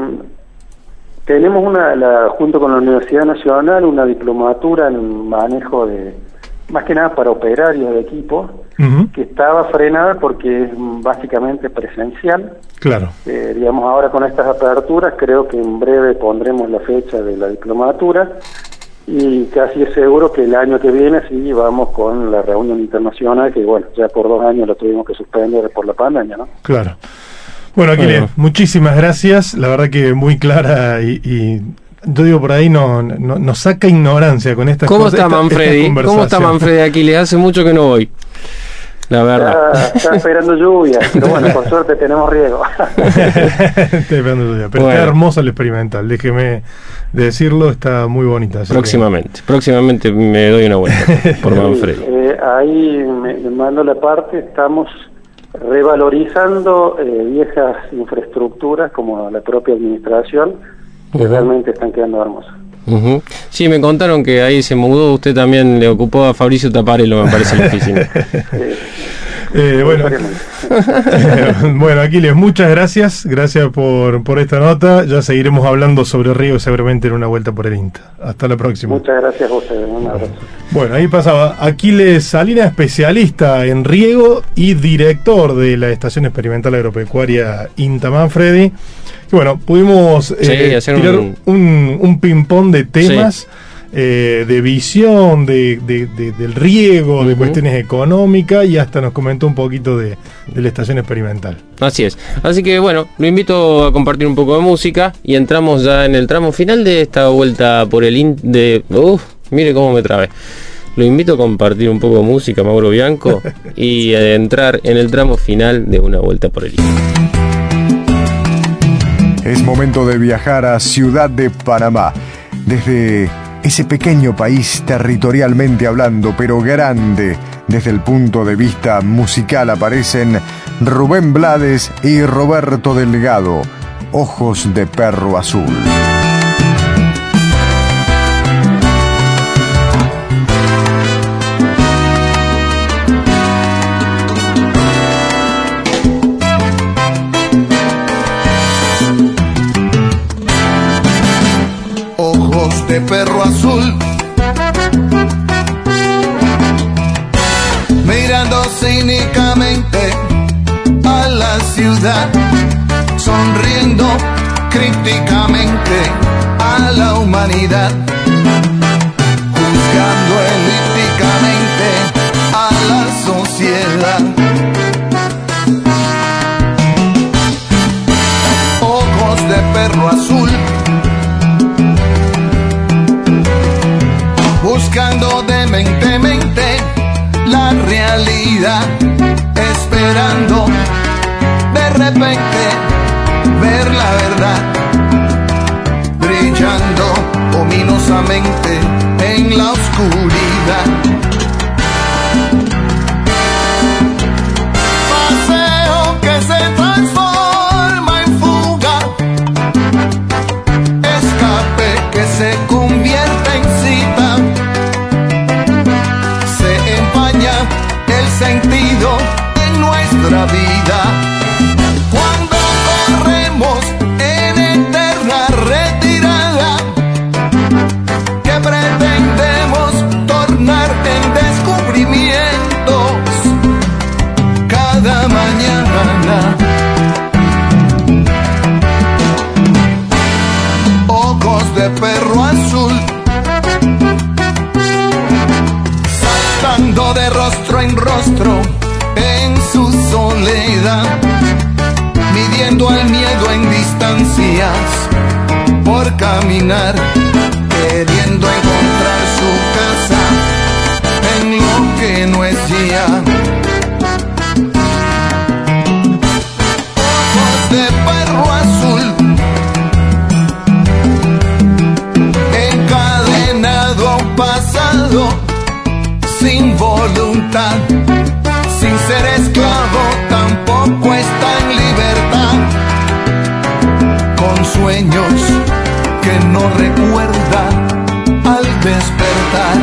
tenemos una, la, junto con la Universidad Nacional, una diplomatura en manejo de, más que nada para operarios de equipo, uh-huh. que estaba frenada porque es básicamente presencial. Claro. Eh, digamos, ahora con estas aperturas, creo que en breve pondremos la fecha de la diplomatura, y casi es seguro que el año que viene sí vamos con la reunión internacional, que bueno, ya por dos años lo tuvimos que suspender por la pandemia, ¿no? Claro. Bueno, Aquiles, bueno. muchísimas gracias, la verdad que muy clara y... y... yo digo, por ahí no, no, nos saca ignorancia con estas ¿Cómo cosas. Está esta, Manfredi? ¿Cómo está Manfredi aquí? Le hace mucho que no voy. La verdad. Está, está esperando lluvia, pero bueno, por suerte tenemos riego. Está esperando lluvia, pero bueno. Está hermosa el experimental, déjeme decirlo, está muy bonita. Próximamente, que... próximamente me doy una vuelta por Manfredi. Eh, ahí me, me mando la parte, estamos revalorizando eh, viejas infraestructuras como la propia administración, que uh-huh. realmente están quedando hermosas. Uh-huh. Sí, me contaron que ahí se mudó, usted también le ocupó a Fabricio Taparello, me parece, la oficina. eh, eh, bueno, bueno, Aquiles, muchas gracias, gracias por, por esta nota, ya seguiremos hablando sobre riego seguramente en una vuelta por el INTA. Hasta la próxima. Muchas gracias a ustedes, un abrazo. Bueno, ahí pasaba Aquiles Salinas, especialista en riego y director de la Estación Experimental Agropecuaria INTA Manfredi. Y bueno, pudimos eh, sí, tirar un, un, un ping-pong de temas, sí. eh, de visión, de, de, de, del riego, uh-huh. de cuestiones económicas, y hasta nos comentó un poquito de, de la Estación Experimental. Así es. Así que bueno, lo invito a compartir un poco de música y entramos ya en el tramo final de esta vuelta por el IN de... Uf, mire cómo me trabé. Lo invito a compartir un poco de música, Mauro Bianco, y a entrar en el tramo final de una vuelta por el INTA. Es momento de viajar a Ciudad de Panamá. Desde ese pequeño país territorialmente hablando, pero grande desde el punto de vista musical, aparecen Rubén Blades y Roberto Delgado, Ojos de Perro Azul. De perro azul, mirando cínicamente a la ciudad, sonriendo críticamente a la humanidad, juzgando elípticamente a la sociedad. Ojos de perro azul, buscando dementemente la realidad, esperando de repente ver la verdad, brillando ominosamente en la oscuridad. Paseo que se transforma en fuga, escape que se convierte en cita, sentido de nuestra vida. Cuando corremos en eterna retirada, que pretendemos tornar en viendo al miedo en distancias, por caminar, queriendo encontrar su casa en lo que no es ya. Ojos de perro azul, encadenado a un pasado sin voluntad, sin ser esclavo, tampoco está en libertad, con sueños que no recuerda al despertar.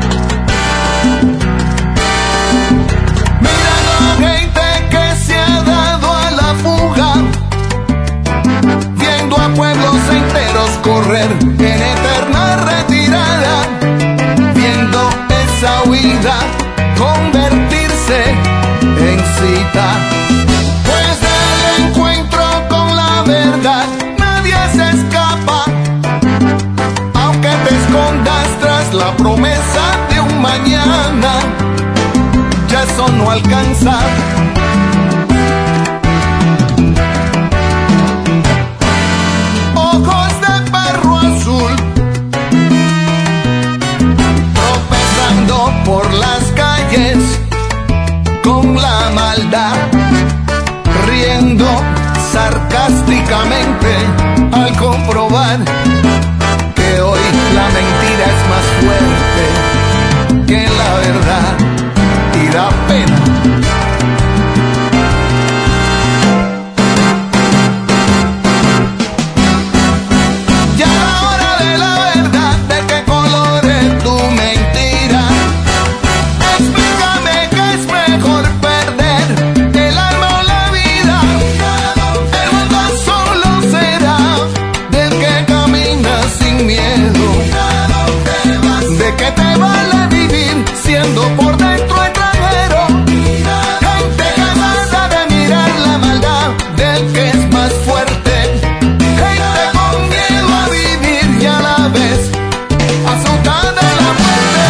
Mirando a gente que se ha dado a la fuga, viendo a pueblos enteros correr en eterna retirada, viendo esa huida convertirse en cita. Pues del encuentro con la verdad nadie se escapa, aunque te escondas tras la promesa de un mañana, ya eso no alcanza. Ojos de perro azul, tropezando por las calles con la maldad, riendo sarcásticamente al comprobar que hoy la mentira es más fuerte que la verdad y da pena. Ya la hora de la verdad, de qué color es tu mentira. Explícame que es mejor perder el alma o la vida. El mundo solo será del que camina sin miedo. ¿De qué te vale vivir siendo por dentro extranjero? Gente cansada de mirar la maldad del que es más fuerte. Gente con miedo a vivir y a la vez asustada de la muerte.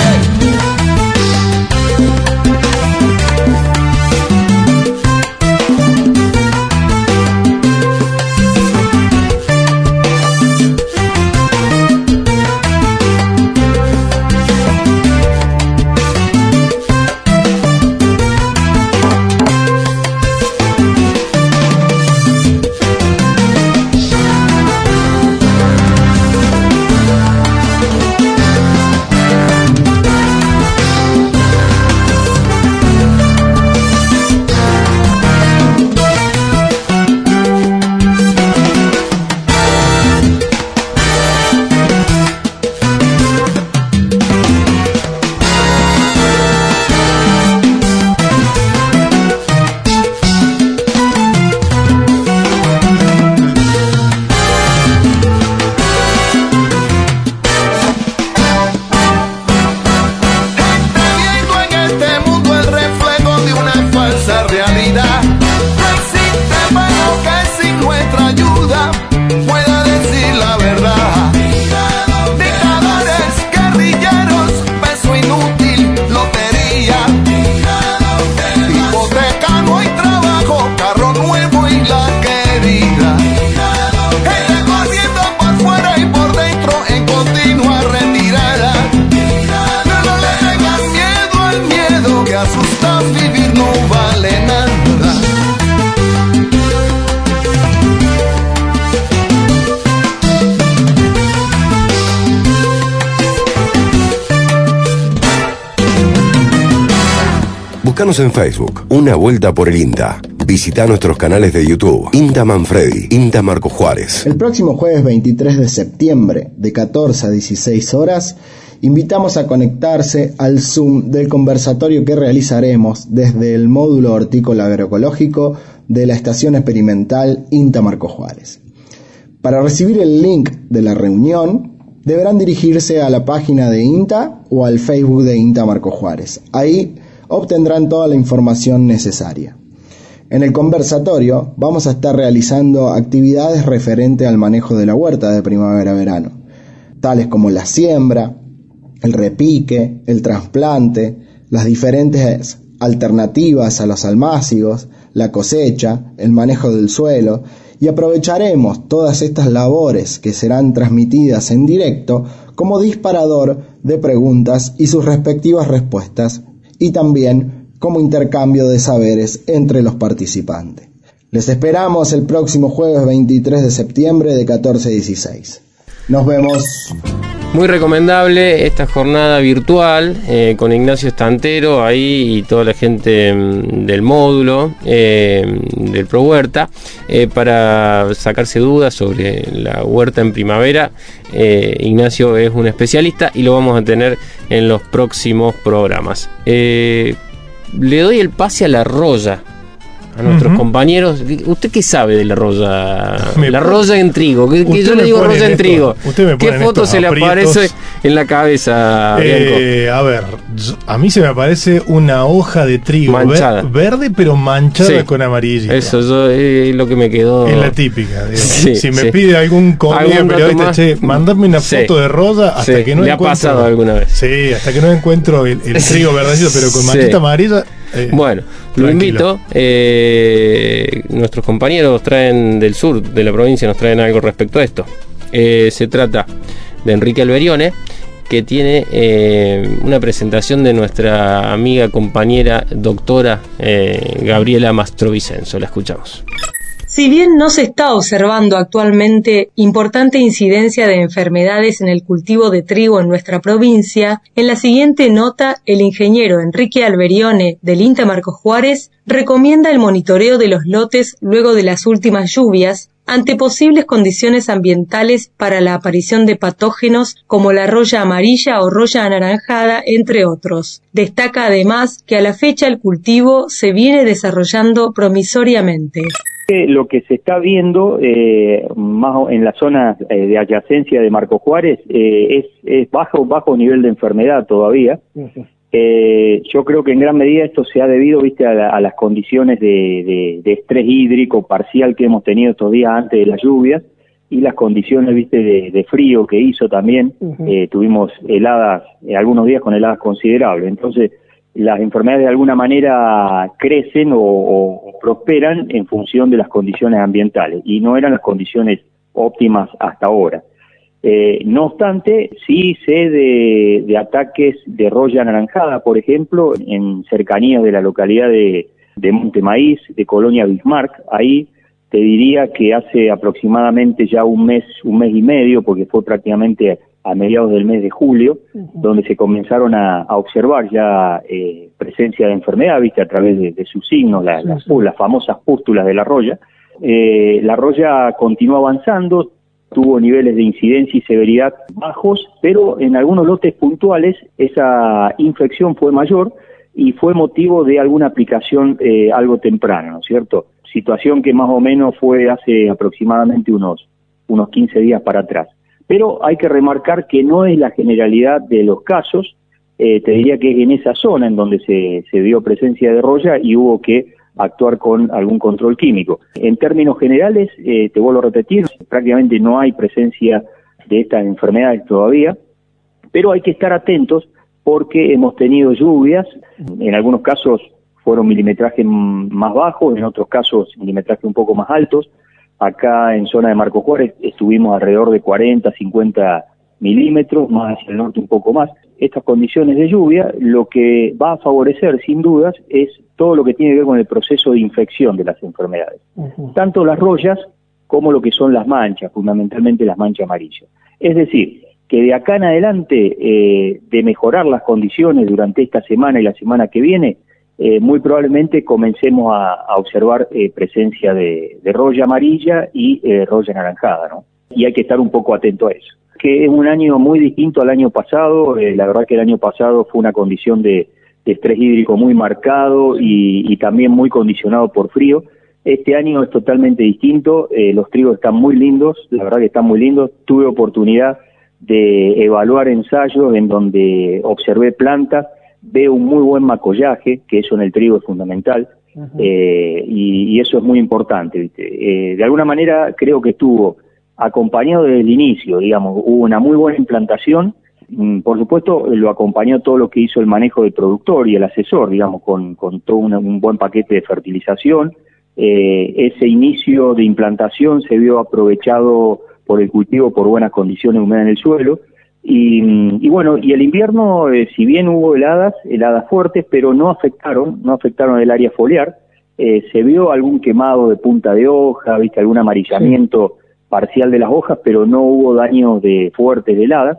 Búscanos en Facebook, Una Vuelta por el INTA. Visita nuestros canales de YouTube, INTA Manfredi, INTA Marco Juárez. El próximo jueves veintitrés de septiembre, de catorce a dieciséis horas, invitamos a conectarse al Zoom del conversatorio que realizaremos desde el módulo hortícola agroecológico de la Estación Experimental INTA Marco Juárez. Para recibir el link de la reunión, deberán dirigirse a la página de INTA o al Facebook de INTA Marco Juárez. Ahí obtendrán toda la información necesaria. En el conversatorio vamos a estar realizando actividades referentes al manejo de la huerta de primavera-verano, tales como la siembra, el repique, el trasplante, las diferentes alternativas a los almácigos, la cosecha, el manejo del suelo y aprovecharemos todas estas labores que serán transmitidas en directo como disparador de preguntas y sus respectivas respuestas, y también como intercambio de saberes entre los participantes. Les esperamos el próximo jueves veintitrés de septiembre de catorce a dieciséis. Nos vemos. Muy recomendable esta jornada virtual eh, con Ignacio Estantero ahí y toda la gente mm, del módulo eh, del Pro Huerta eh, para sacarse dudas sobre la huerta en primavera. eh, Ignacio es un especialista y lo vamos a tener en los próximos programas. eh, le doy el pase a la roya a nuestros uh-huh. compañeros. ¿Usted qué sabe de la roya? Me la pone, roya en trigo. Que, que yo le digo roya en, en trigo. ¿Qué foto se le aparece en la cabeza, eh, a ver, a mí se me aparece una hoja de trigo manchada. Ver, verde pero manchada sí. con amarillo. Eso yo, es lo que me quedó. Es la típica. Sí, si me sí. pide algún colega periodista, che, mandame una foto sí. de roya hasta sí. que no ¿Le encuentro. ha pasado alguna vez? Sí, hasta que no encuentro el, el trigo verdecito, pero con manchita sí. amarilla. Eh, bueno, tranquilo. Lo invito. Eh, nuestros compañeros traen del sur de la provincia, nos traen algo respecto a esto. Eh, se trata de Enrique Alberione, que tiene eh, una presentación de nuestra amiga, compañera, doctora eh, Gabriela Mastrovicenzo. La escuchamos. Si bien no se está observando actualmente importante incidencia de enfermedades en el cultivo de trigo en nuestra provincia, en la siguiente nota el ingeniero Enrique Alberione del INTA Marcos Juárez recomienda el monitoreo de los lotes luego de las últimas lluvias ante posibles condiciones ambientales para la aparición de patógenos como la roya amarilla o roya anaranjada, entre otros. Destaca además que a la fecha el cultivo se viene desarrollando promisoriamente. Lo que se está viendo eh, más en la zona eh, de adyacencia de Marcos Juárez eh, es, es bajo bajo nivel de enfermedad todavía. Uh-huh. Eh, yo creo que en gran medida esto se ha debido, viste, a, la, a las condiciones de, de, de estrés hídrico parcial que hemos tenido estos días antes de las lluvias y las condiciones, viste, de, de frío que hizo también. Uh-huh. Eh, tuvimos heladas, eh, algunos días con heladas considerables. Entonces, las enfermedades de alguna manera crecen o, o prosperan en función de las condiciones ambientales y no eran las condiciones óptimas hasta ahora. Eh, no obstante, sí sé de, de ataques de roya anaranjada, por ejemplo, en cercanías de la localidad de, de Montemaíz, de Colonia Bismarck. Ahí te diría que hace aproximadamente ya un mes, un mes y medio, porque fue prácticamente a mediados del mes de julio, uh-huh. donde se comenzaron a, a observar ya eh, presencia de enfermedad, viste, a través de, de sus signos, la, sí, las, sí. las famosas pústulas de la roya. Eh, la roya continuó avanzando, tuvo niveles de incidencia y severidad bajos, pero en algunos lotes puntuales esa infección fue mayor y fue motivo de alguna aplicación eh, algo temprana, ¿no es cierto? Situación que más o menos fue hace aproximadamente unos, unos quince días para atrás. Pero hay que remarcar que no es la generalidad de los casos, eh, te diría que es en esa zona en donde se, se vio presencia de roya y hubo que actuar con algún control químico. En términos generales, eh, te vuelvo a repetir, prácticamente no hay presencia de estas enfermedades todavía, pero hay que estar atentos porque hemos tenido lluvias, en algunos casos fueron milimetrajes más bajos, en otros casos milimetrajes un poco más altos. Acá en zona de Marcos Juárez estuvimos alrededor de cuarenta, cincuenta milímetros, más hacia el norte un poco más. Estas condiciones de lluvia lo que va a favorecer sin dudas es todo lo que tiene que ver con el proceso de infección de las enfermedades. Uh-huh. Tanto las rollas como lo que son las manchas, fundamentalmente las manchas amarillas. Es decir, que de acá en adelante, eh, de mejorar las condiciones durante esta semana y la semana que viene, Eh, muy probablemente comencemos a, a observar eh, presencia de, de roya amarilla y eh, roya anaranjada, ¿no? Y hay que estar un poco atento a eso. Que es un año muy distinto al año pasado, eh, la verdad que el año pasado fue una condición de, de estrés hídrico muy marcado y, y también muy condicionado por frío. Este año es totalmente distinto, eh, los trigos están muy lindos, la verdad que están muy lindos. Tuve oportunidad de evaluar ensayos en donde observé plantas, veo un muy buen macollaje, que eso en el trigo es fundamental, uh-huh. eh, y, y eso es muy importante, ¿viste? Eh, de alguna manera creo que estuvo acompañado desde el inicio, digamos, hubo una muy buena implantación, mm, por supuesto lo acompañó todo lo que hizo el manejo del productor y el asesor, digamos, con, con todo una, un buen paquete de fertilización, eh, ese inicio de implantación se vio aprovechado por el cultivo por buenas condiciones de humedad en el suelo. Y, y bueno, y el invierno, eh, si bien hubo heladas, heladas fuertes, pero no afectaron, no afectaron el área foliar. Eh, se vio algún quemado de punta de hoja, viste, algún amarillamiento sí. parcial de las hojas, pero no hubo daños de fuertes de heladas.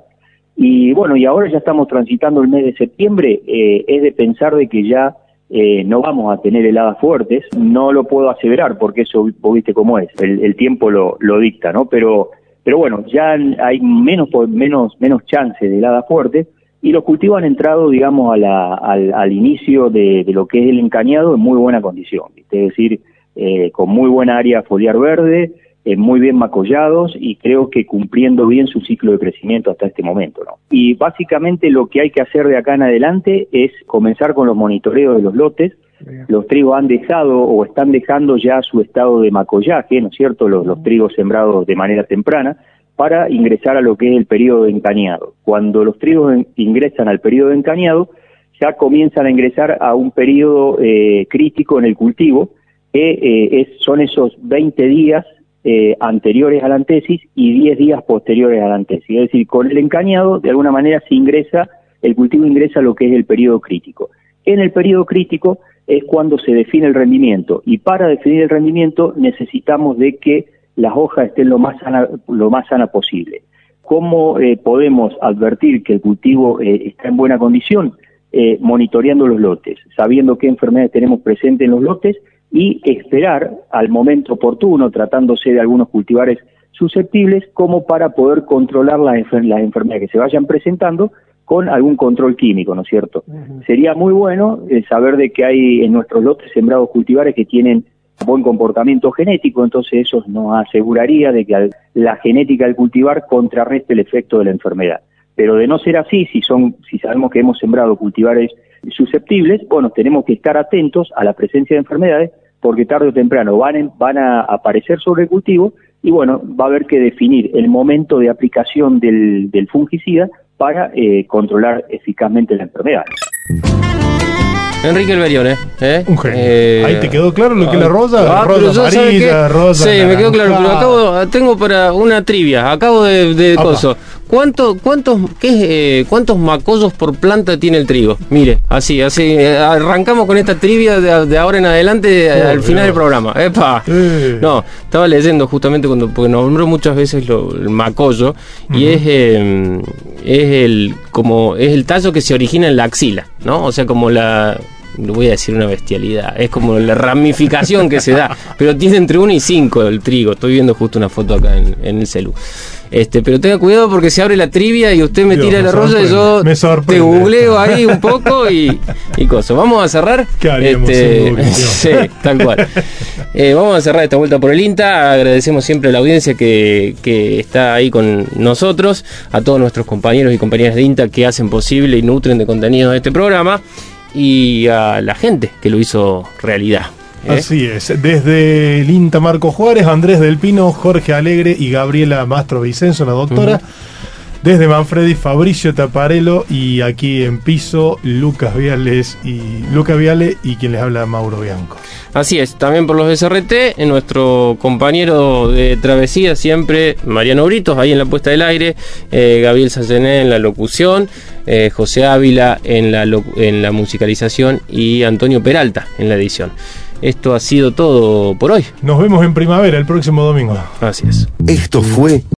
Y bueno, y ahora ya estamos transitando el mes de septiembre, eh, es de pensar de que ya eh, no vamos a tener heladas fuertes. No lo puedo aseverar porque eso, vos viste cómo es, el, el tiempo lo, lo dicta, ¿no? Pero Pero bueno, ya hay menos menos menos chances de heladas fuertes y los cultivos han entrado, digamos, a la, al, al inicio de, de lo que es el encañado en muy buena condición, ¿viste? Es decir, eh, con muy buena área foliar verde, eh, muy bien macollados y creo que cumpliendo bien su ciclo de crecimiento hasta este momento, ¿no? Y básicamente lo que hay que hacer de acá en adelante es comenzar con los monitoreos de los lotes. Los trigos han dejado o están dejando ya su estado de macollaje, ¿no es cierto?, los, los trigos sembrados de manera temprana, para ingresar a lo que es el periodo de encañado. Cuando los trigos en, ingresan al periodo de encañado, ya comienzan a ingresar a un periodo eh, crítico en el cultivo, que eh, es, son esos veinte días eh, anteriores a la antesis y diez días posteriores a la antesis. Es decir, con el encañado, de alguna manera, se ingresa, el cultivo ingresa a lo que es el periodo crítico. En el periodo crítico es cuando se define el rendimiento, y para definir el rendimiento necesitamos de que las hojas estén lo más sana, lo más sana posible. ¿Cómo eh, podemos advertir que el cultivo eh, está en buena condición? Eh, monitoreando los lotes, sabiendo qué enfermedades tenemos presentes en los lotes y esperar al momento oportuno, tratándose de algunos cultivares susceptibles, como para poder controlar las, enfer las enfermedades que se vayan presentando con algún control químico, ¿no es cierto? Uh-huh. Sería muy bueno eh, saber de que hay en nuestros lotes sembrados cultivares que tienen buen comportamiento genético, entonces eso nos aseguraría de que la genética del cultivar contrarreste el efecto de la enfermedad. Pero de no ser así, si son, si sabemos que hemos sembrado cultivares susceptibles, bueno, tenemos que estar atentos a la presencia de enfermedades, porque tarde o temprano van, en, van a aparecer sobre el cultivo, y bueno, va a haber que definir el momento de aplicación del, del fungicida para eh, controlar eficazmente la enfermedad. Enrique Alberione, ¿eh? Un genio. Eh, Ahí te quedó claro lo que es la rosa, ah, rosa amarilla, rosa sí, me quedó claro, pero naranjada. acabo, tengo para una trivia, acabo de, de coso. ¿Cuánto, cuántos, qué, eh, ¿Cuántos macollos por planta tiene el trigo? Mire, así, así, eh, arrancamos con esta trivia de, de ahora en adelante oh, al final Dios. del programa. ¡Epa! Eh. No, estaba leyendo justamente cuando, porque nombró muchas veces lo, el macollo, uh-huh. y es, eh, es el como es el tallo que se origina en la axila, ¿no? O sea, como la... no voy a decir una bestialidad, es como la ramificación que se da, pero tiene entre uno y cinco el trigo. Estoy viendo justo una foto acá en, en el celu. Este, pero tenga cuidado porque se abre la trivia y usted me Dios, tira me la rosa y yo te googleo ahí un poco y, y cosas. Vamos a cerrar. ¿Qué haríamos este, sí, tal cual. Eh, vamos a cerrar esta vuelta por el INTA. Agradecemos siempre a la audiencia que, que está ahí con nosotros, a todos nuestros compañeros y compañeras de INTA que hacen posible y nutren de contenido de este programa, y a la gente que lo hizo realidad. ¿Eh? Así es, desde el INTA Marco Juárez, Andrés del Pino, Jorge Alegre y Gabriela Mastro Vicenzo, la doctora. Uh-huh. Desde Manfredi, Fabricio Taparello, y aquí en piso, Lucas Viales y Lucas Viale y quien les habla, Mauro Bianco. Así es, también por los S R T, en nuestro compañero de travesía siempre, Mariano Britos, ahí en la puesta del aire, eh, Gabriel Sayené en la locución, eh, José Ávila en la, en la musicalización y Antonio Peralta en la edición. Esto ha sido todo por hoy. Nos vemos en primavera el próximo domingo. Así es. Esto fue